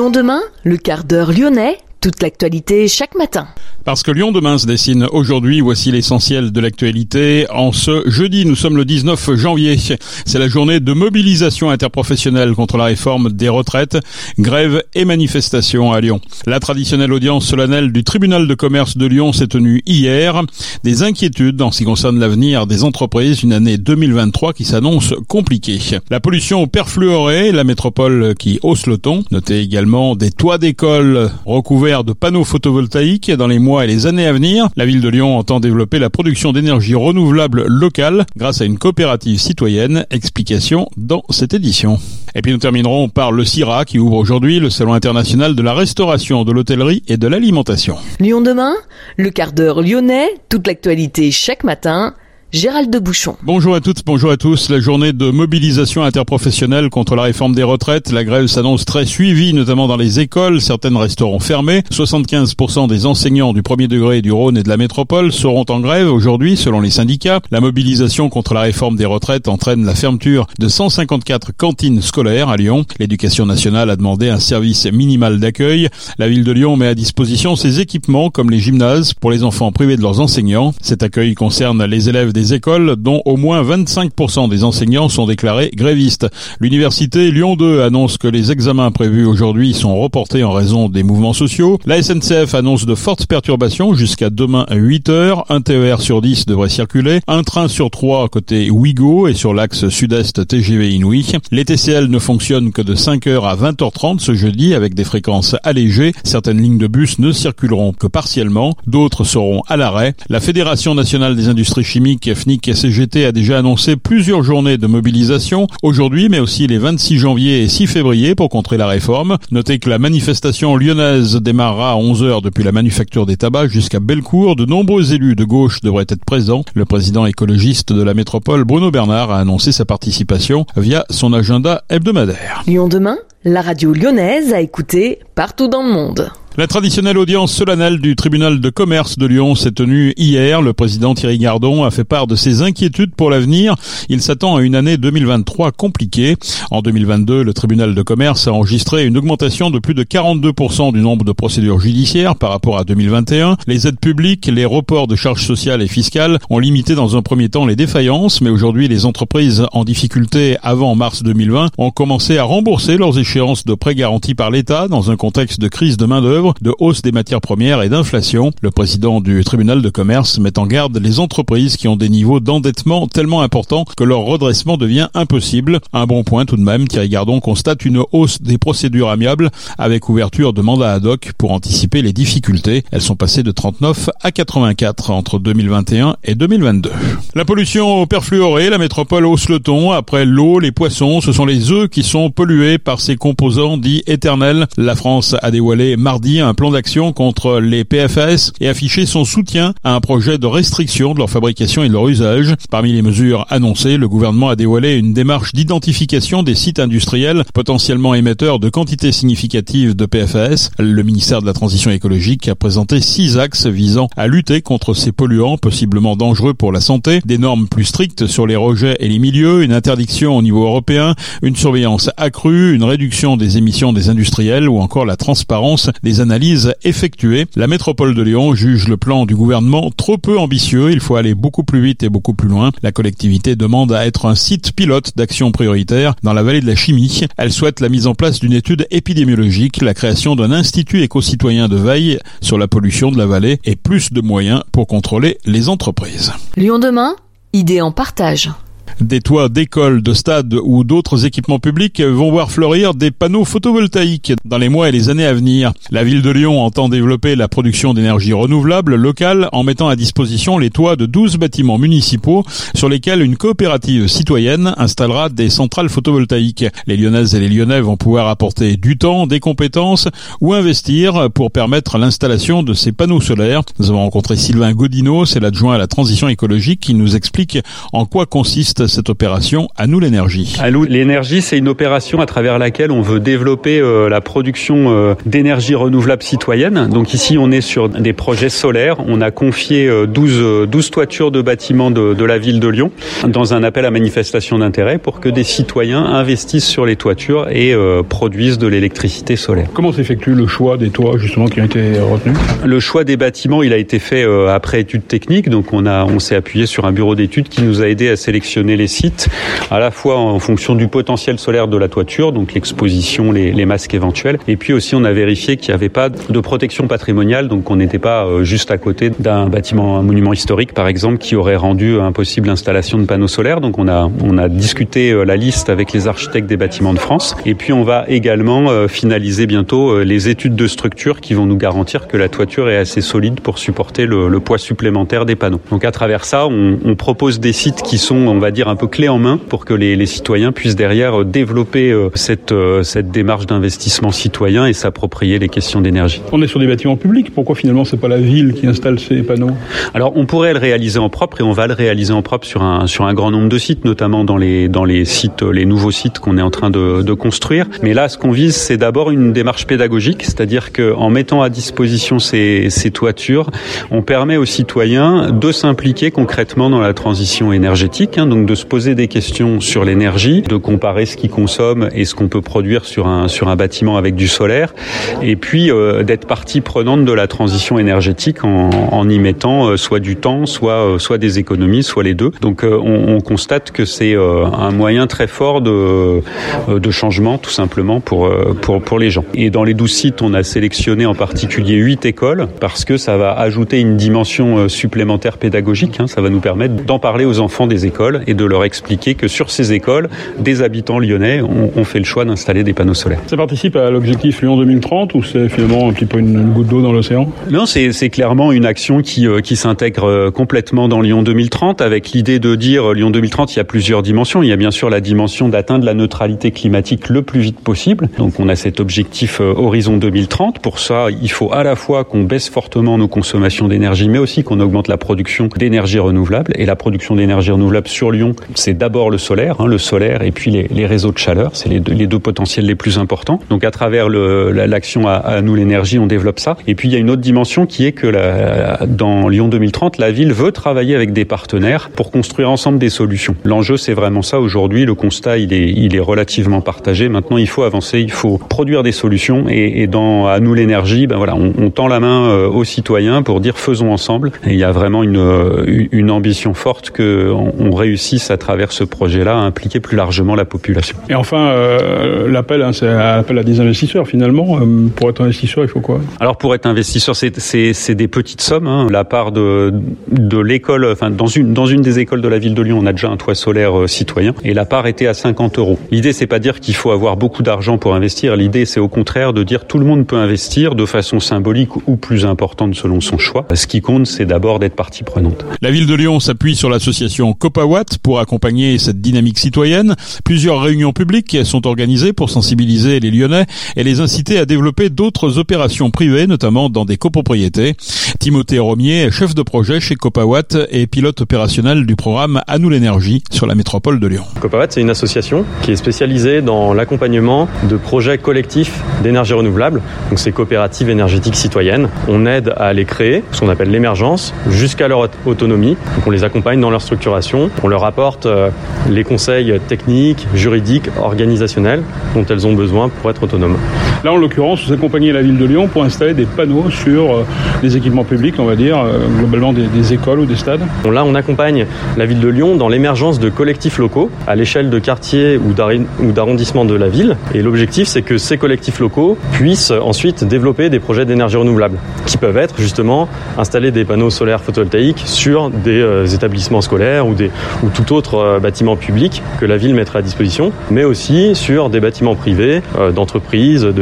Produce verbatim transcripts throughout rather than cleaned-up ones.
Lyon demain, le quart d'heure lyonnais, toute l'actualité chaque matin. Parce que Lyon demain se dessine aujourd'hui, voici l'essentiel de l'actualité. En ce jeudi, nous sommes le dix-neuf janvier. C'est la journée de mobilisation interprofessionnelle contre la réforme des retraites, grève et manifestation à Lyon. La traditionnelle audience solennelle du tribunal de commerce de Lyon s'est tenue hier. Des inquiétudes en ce qui concerne l'avenir des entreprises, une année deux mille vingt-trois qui s'annonce compliquée. La pollution au perfluoré, la métropole qui hausse le ton. Notez également des toits d'école recouverts de panneaux photovoltaïques dans les mois et les années à venir. La ville de Lyon entend développer la production d'énergie renouvelable locale grâce à une coopérative citoyenne. Explication dans cette édition. Et puis nous terminerons par le CIRA qui ouvre aujourd'hui le Salon international de la restauration, de l'hôtellerie et de l'alimentation. Lyon demain, le quart d'heure lyonnais, toute l'actualité chaque matin. Gérald de Bouchon. Bonjour à toutes, bonjour à tous. La journée de mobilisation interprofessionnelle contre la réforme des retraites. La grève s'annonce très suivie, notamment dans les écoles. Certaines resteront fermées. soixante-quinze pour cent des enseignants du premier degré du Rhône et de la métropole seront en grève aujourd'hui, selon les syndicats. La mobilisation contre la réforme des retraites entraîne la fermeture de cent cinquante-quatre cantines scolaires à Lyon. L'éducation nationale a demandé un service minimal d'accueil. La ville de Lyon met à disposition ses équipements, comme les gymnases, pour les enfants privés de leurs enseignants. Cet accueil concerne les élèves des des écoles dont au moins vingt-cinq pour cent des enseignants sont déclarés grévistes. L'université Lyon deux annonce que les examens prévus aujourd'hui sont reportés en raison des mouvements sociaux. La S N C F annonce de fortes perturbations jusqu'à demain à huit heures. Un T E R sur dix devrait circuler. Un train sur trois côté Ouigo et sur l'axe sud-est T G V Inouï. Les T C L ne fonctionnent que de cinq heures à vingt heures trente ce jeudi avec des fréquences allégées. Certaines lignes de bus ne circuleront que partiellement. D'autres seront à l'arrêt. La Fédération nationale des industries chimiques F N I C C G T a déjà annoncé plusieurs journées de mobilisation aujourd'hui, mais aussi les vingt-six janvier et six février pour contrer la réforme. Notez que la manifestation lyonnaise démarrera à onze heures depuis la Manufacture des Tabacs jusqu'à Bellecour. De nombreux élus de gauche devraient être présents. Le président écologiste de la métropole, Bruno Bernard, a annoncé sa participation via son agenda hebdomadaire. Lyon demain, la radio lyonnaise à écouter partout dans le monde. La traditionnelle audience solennelle du tribunal de commerce de Lyon s'est tenue hier. Le président Thierry Gardon a fait part de ses inquiétudes pour l'avenir. Il s'attend à une année deux mille vingt-trois compliquée. En deux mille vingt-deux, le tribunal de commerce a enregistré une augmentation de plus de quarante-deux pour cent du nombre de procédures judiciaires par rapport à deux mille vingt et un. Les aides publiques, les reports de charges sociales et fiscales ont limité dans un premier temps les défaillances, mais aujourd'hui les entreprises en difficulté avant mars deux mille vingt ont commencé à rembourser leurs échéances de prêts garantis par l'État dans un contexte de crise de main-d'œuvre, de hausse des matières premières et d'inflation. Le président du tribunal de commerce met en garde les entreprises qui ont des niveaux d'endettement tellement importants que leur redressement devient impossible. Un bon point tout de même, Thierry Gardon constate une hausse des procédures amiables avec ouverture de mandats ad hoc pour anticiper les difficultés. Elles sont passées de trente-neuf à quatre-vingt-quatre entre deux mille vingt et un et deux mille vingt-deux. La pollution au perfluoré, la métropole hausse le ton. Après l'eau, les poissons, ce sont les œufs qui sont pollués par ces composants dits éternels. La France a dévoilé mardi un plan d'action contre les P F A S et affiché son soutien à un projet de restriction de leur fabrication et de leur usage. Parmi les mesures annoncées, le gouvernement a dévoilé une démarche d'identification des sites industriels potentiellement émetteurs de quantités significatives de P F A S. Le ministère de la Transition écologique a présenté six axes visant à lutter contre ces polluants possiblement dangereux pour la santé, des normes plus strictes sur les rejets et les milieux, une interdiction au niveau européen, une surveillance accrue, une réduction des émissions des industriels ou encore la transparence des analyses effectuées. La métropole de Lyon juge le plan du gouvernement trop peu ambitieux. Il faut aller beaucoup plus vite et beaucoup plus loin. La collectivité demande à être un site pilote d'action prioritaire dans la vallée de la chimie. Elle souhaite la mise en place d'une étude épidémiologique, la création d'un institut éco-citoyen de veille sur la pollution de la vallée et plus de moyens pour contrôler les entreprises. Lyon demain, idée en partage. Des toits d'écoles, de stades ou d'autres équipements publics vont voir fleurir des panneaux photovoltaïques dans les mois et les années à venir. La ville de Lyon entend développer la production d'énergie renouvelable locale en mettant à disposition les toits de douze bâtiments municipaux sur lesquels une coopérative citoyenne installera des centrales photovoltaïques. Les Lyonnaises et les Lyonnais vont pouvoir apporter du temps, des compétences ou investir pour permettre l'installation de ces panneaux solaires. Nous avons rencontré Sylvain Godineau, c'est l'adjoint à la transition écologique qui nous explique en quoi consiste cette opération À nous l'énergie. À nous l'énergie, c'est une opération à travers laquelle on veut développer euh, la production euh, d'énergie renouvelable citoyenne. Donc ici, on est sur des projets solaires. On a confié euh, douze, douze toitures de bâtiments de, de la ville de Lyon dans un appel à manifestation d'intérêt pour que des citoyens investissent sur les toitures et euh, produisent de l'électricité solaire. Comment s'effectue le choix des toits justement qui ont été retenus ? Le choix des bâtiments, il a été fait euh, après études techniques. Donc on a, on s'est appuyé sur un bureau d'études qui nous a aidé à sélectionner les sites, à la fois en fonction du potentiel solaire de la toiture, donc l'exposition, les, les masques éventuels, et puis aussi on a vérifié qu'il n'y avait pas de protection patrimoniale, donc on n'était pas euh, juste à côté d'un bâtiment, un monument historique par exemple, qui aurait rendu impossible l'installation de panneaux solaires. Donc on a, on a discuté euh, la liste avec les architectes des bâtiments de France, et puis on va également euh, finaliser bientôt euh, les études de structure qui vont nous garantir que la toiture est assez solide pour supporter le, le poids supplémentaire des panneaux. Donc à travers ça, on, on propose des sites qui sont, on va dire, un peu clés en main pour que les, les citoyens puissent derrière développer euh, cette, euh, cette démarche d'investissement citoyen et s'approprier les questions d'énergie. On est sur des bâtiments publics, pourquoi finalement c'est pas la ville qui installe ces panneaux ? Alors on pourrait le réaliser en propre et on va le réaliser en propre sur un, sur un grand nombre de sites, notamment dans les, dans les sites, les nouveaux sites qu'on est en train de, de construire. Mais là, ce qu'on vise, c'est d'abord une démarche pédagogique, c'est-à-dire qu'en mettant à disposition ces, ces toitures, on permet aux citoyens de s'impliquer concrètement dans la transition énergétique, hein, donc de se poser des questions sur l'énergie, de comparer ce qu'ils consomment et ce qu'on peut produire sur un, sur un bâtiment avec du solaire, et puis euh, d'être partie prenante de la transition énergétique en, en y mettant euh, soit du temps, soit, euh, soit des économies, soit les deux. Donc euh, on, on constate que c'est euh, un moyen très fort de, euh, de changement, tout simplement, pour, euh, pour, pour les gens. Et dans les douze sites, on a sélectionné en particulier huit écoles, parce que ça va ajouter une dimension euh, supplémentaire pédagogique, hein, ça va nous permettre d'en parler aux enfants des écoles et de leur expliquer que sur ces écoles, des habitants lyonnais ont, ont fait le choix d'installer des panneaux solaires. Ça participe à l'objectif Lyon deux mille trente ou c'est finalement un petit peu une, une goutte d'eau dans l'océan ? Non, c'est, c'est clairement une action qui, euh, qui s'intègre euh, complètement dans Lyon deux mille trente, avec l'idée de dire euh, Lyon deux mille trente, il y a plusieurs dimensions. Il y a bien sûr la dimension d'atteindre la neutralité climatique le plus vite possible. Donc on a cet objectif euh, horizon deux mille trente. Pour ça, il faut à la fois qu'on baisse fortement nos consommations d'énergie, mais aussi qu'on augmente la production d'énergie renouvelable. Et la production d'énergie renouvelable sur Lyon, c'est d'abord le solaire, hein, le solaire et puis les, les réseaux de chaleur. C'est les deux, les deux potentiels les plus importants. Donc à travers le, la, l'action à, à nous l'énergie, on développe ça. Et puis il y a une autre dimension qui est que la, dans Lyon deux mille trente, la ville veut travailler avec des partenaires pour construire ensemble des solutions. L'enjeu, c'est vraiment ça aujourd'hui. Le constat, il est, il est relativement partagé. Maintenant, il faut avancer, il faut produire des solutions. Et, et dans à nous l'énergie, ben voilà, on, on tend la main euh, aux citoyens pour dire faisons ensemble. Et il y a vraiment une, une ambition forte que on, on réussisse à travers ce projet-là à impliquer plus largement la population. Et enfin, euh, l'appel, hein, c'est un appel à des investisseurs finalement. Euh, pour être investisseur, il faut quoi ? Alors pour être investisseur, c'est, c'est, c'est des petites sommes. Hein. La part de, de l'école, enfin dans une, dans une des écoles de la ville de Lyon, on a déjà un toit solaire euh, citoyen et la part était à cinquante euros. L'idée, c'est pas dire qu'il faut avoir beaucoup d'argent pour investir. L'idée, c'est au contraire de dire tout le monde peut investir de façon symbolique ou plus importante selon son choix. Ce qui compte, c'est d'abord d'être partie prenante. La ville de Lyon s'appuie sur l'association Copawatt pour accompagner cette dynamique citoyenne. Plusieurs réunions publiques sont organisées pour sensibiliser les Lyonnais et les inciter à développer d'autres opérations privées, notamment dans des copropriétés. Timothée Romier, chef de projet chez Copawatt et pilote opérationnel du programme À nous l'énergie sur la métropole de Lyon. Copawatt, c'est une association qui est spécialisée dans l'accompagnement de projets collectifs d'énergie renouvelable. Donc c'est coopératives énergétiques citoyennes. On aide à les créer, ce qu'on appelle l'émergence, jusqu'à leur autonomie. Donc on les accompagne dans leur structuration. On leur apporte euh, les conseils techniques, juridiques, organisationnels dont elles ont besoin pour être autonomes. Là, en l'occurrence, vous accompagnez la ville de Lyon pour installer des panneaux sur euh, des équipements publics, on va dire, euh, globalement des, des écoles ou des stades. Bon, là, on accompagne la ville de Lyon dans l'émergence de collectifs locaux à l'échelle de quartiers ou, d'arri- ou d'arrondissements de la ville. Et l'objectif, c'est que ces collectifs locaux puissent ensuite développer des projets d'énergie renouvelable qui peuvent être justement installer des panneaux solaires photovoltaïques sur des euh, établissements scolaires ou, des, ou tout autre euh, bâtiment public que la ville mettra à disposition, mais aussi sur des bâtiments privés, euh, d'entreprises, de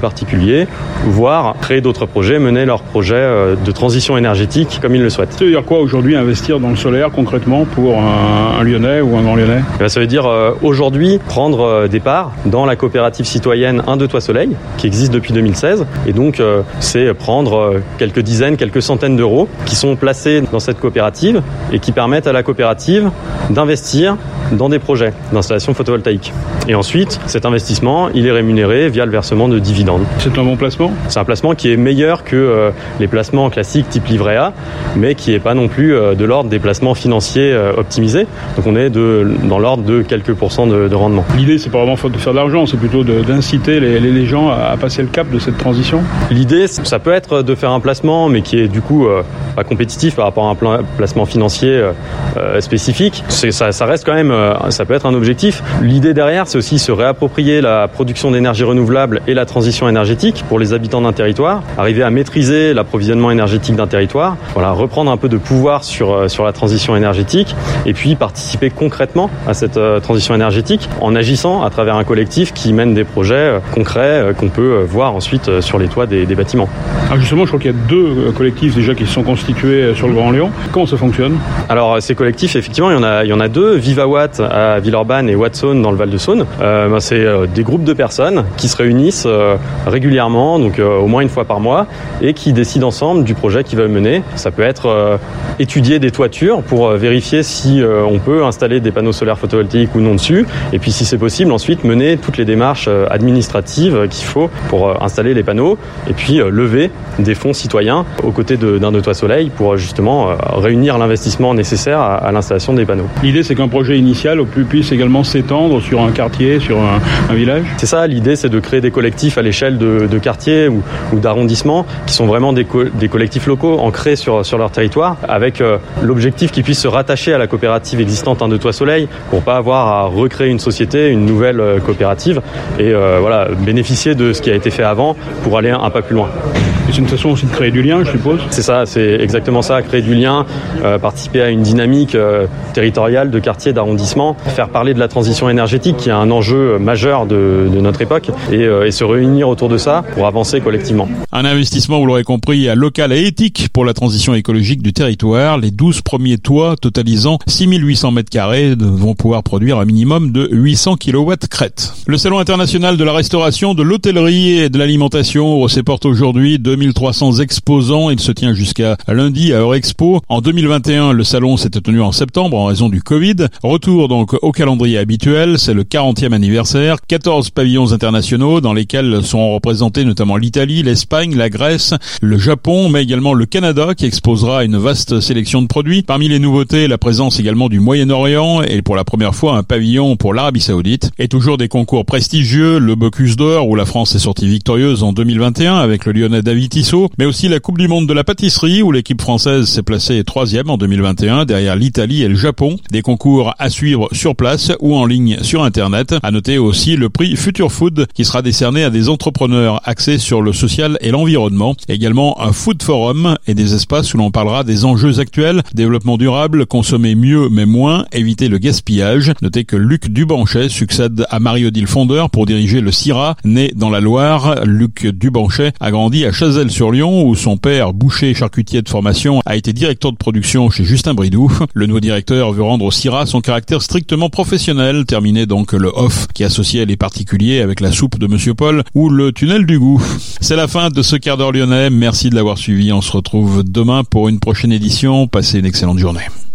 particuliers, voire créer d'autres projets, mener leurs projets de transition énergétique comme ils le souhaitent. Ça veut dire quoi aujourd'hui investir dans le solaire concrètement pour un, un Lyonnais ou un Grand Lyonnais ? Ça veut dire euh, aujourd'hui prendre euh, des parts dans la coopérative citoyenne un deux toits soleil qui existe depuis deux mille seize et donc euh, c'est prendre euh, quelques dizaines, quelques centaines d'euros qui sont placés dans cette coopérative et qui permettent à la coopérative d'investir dans des projets d'installation photovoltaïque. Et ensuite, cet investissement, il est rémunéré via le versement de dividendes. C'est un bon placement ? C'est un placement qui est meilleur que euh, les placements classiques type livret A, mais qui n'est pas non plus euh, de l'ordre des placements financiers euh, optimisés. Donc on est de, dans l'ordre de quelques pourcents de, de rendement. L'idée, c'est pas vraiment de faire de l'argent, c'est plutôt de, d'inciter les, les, les gens à passer le cap de cette transition ? L'idée, ça peut être de faire un placement, mais qui est du coup euh, pas compétitif par rapport à un plan, placement financier euh, spécifique. C'est, ça, ça reste quand même, euh, ça peut être un objectif. L'idée derrière, c'est aussi se réapproprier la production d'énergie renouvelable et la transition énergétique pour les habitants d'un territoire, arriver à maîtriser l'approvisionnement énergétique d'un territoire, voilà, reprendre un peu de pouvoir sur, sur la transition énergétique et puis participer concrètement à cette euh, transition énergétique en agissant à travers un collectif qui mène des projets euh, concrets euh, qu'on peut euh, voir ensuite euh, sur les toits des, des bâtiments. Alors justement, je crois qu'il y a deux collectifs déjà qui se sont constitués sur le Grand Lyon. Comment ça fonctionne ? Alors ces collectifs, effectivement, il y en a, il y en a deux, VivaWatt à Villeurbanne et Wattzone dans le Val-de-Saône. Euh, ben, c'est euh, des groupes de personnes qui se réunissent euh, régulièrement, donc euh, au moins une fois par mois, et qui décident ensemble du projet qu'ils veulent mener. Ça peut être euh, étudier des toitures pour euh, vérifier si euh, on peut installer des panneaux solaires photovoltaïques ou non dessus, et puis si c'est possible, ensuite mener toutes les démarches euh, administratives qu'il faut pour euh, installer les panneaux, et puis euh, lever des fonds citoyens aux côtés de, d'un de toits soleil pour justement euh, réunir l'investissement nécessaire à, à l'installation des panneaux. L'idée, c'est qu'un projet initial puisse également s'étendre sur un quartier, sur un, un village ? C'est ça, l'idée, c'est de créer des collectifs à l'échelle de, de quartiers ou, ou d'arrondissements qui sont vraiment des, co- des collectifs locaux ancrés sur, sur leur territoire avec euh, l'objectif qu'ils puissent se rattacher à la coopérative existante un de toits soleil pour pas avoir à recréer une société, une nouvelle euh, coopérative et euh, voilà, bénéficier de ce qui a été fait avant pour aller un, un pas plus loin. Et c'est une façon aussi de créer du lien, je suppose ? C'est ça, c'est exactement ça, créer du lien, euh, participer à une dynamique euh, territoriale de quartier, d'arrondissement, faire parler de la transition énergétique qui est un enjeu majeur de, de notre époque et, euh, et se réunir autour de ça pour avancer collectivement. Un investissement, vous l'aurez compris, local et éthique pour la transition écologique du territoire. Les douze premiers toits totalisant six mille huit cents mètres carrés vont pouvoir produire un minimum de huit cents kilowatts crête. Le Salon international de la restauration, de l'hôtellerie et de l'alimentation ouvre ses portes aujourd'hui. deux mille trois cents exposants. Il se tient jusqu'à lundi à Eurexpo. En deux mille vingt et un, le salon s'était tenu en septembre en raison du Covid. Retour donc au calendrier habituel. C'est le quarantième anniversaire. quatorze pavillons internationaux dans lesquels sont représentés notamment l'Italie, l'Espagne, la Grèce, le Japon, mais également le Canada qui exposera une vaste sélection de produits. Parmi les nouveautés, la présence également du Moyen-Orient et pour la première fois un pavillon pour l'Arabie Saoudite. Et toujours des concours prestigieux, le Bocuse d'Or où la France est sortie victorieuse en deux mille vingt et un avec le Lyonnais David Tissot, mais aussi la Coupe du Monde de la pâtisserie où l'équipe française s'est placée troisième en deux mille vingt et un derrière l'Italie et le Japon. Des concours à suivre sur place ou en ligne sur Internet. À noter aussi le prix Future Food qui sera décerné à des entrepreneurs axés sur le social et l'environnement. Également un food forum et des espaces où l'on parlera des enjeux actuels, développement durable, consommer mieux mais moins, éviter le gaspillage. Notez que Luc Dubanchet succède à Marie-Odile Fondeur pour diriger le CIRA. Né dans la Loire, Luc Dubanchet a grandi à Chazelles-sur-Lyon où son père, boucher charcutier de formation, a été directeur de production chez Justin Bridou. Le nouveau directeur veut rendre au CIRA son caractère strictement professionnel. Terminé donc le off qui associait les particuliers avec la soupe de Monsieur Paul ou le tunnel du goût. C'est la fin de ce quart d'heure lyonnais. Merci de l'avoir suivi. On se retrouve demain pour une prochaine édition. Passez une excellente journée.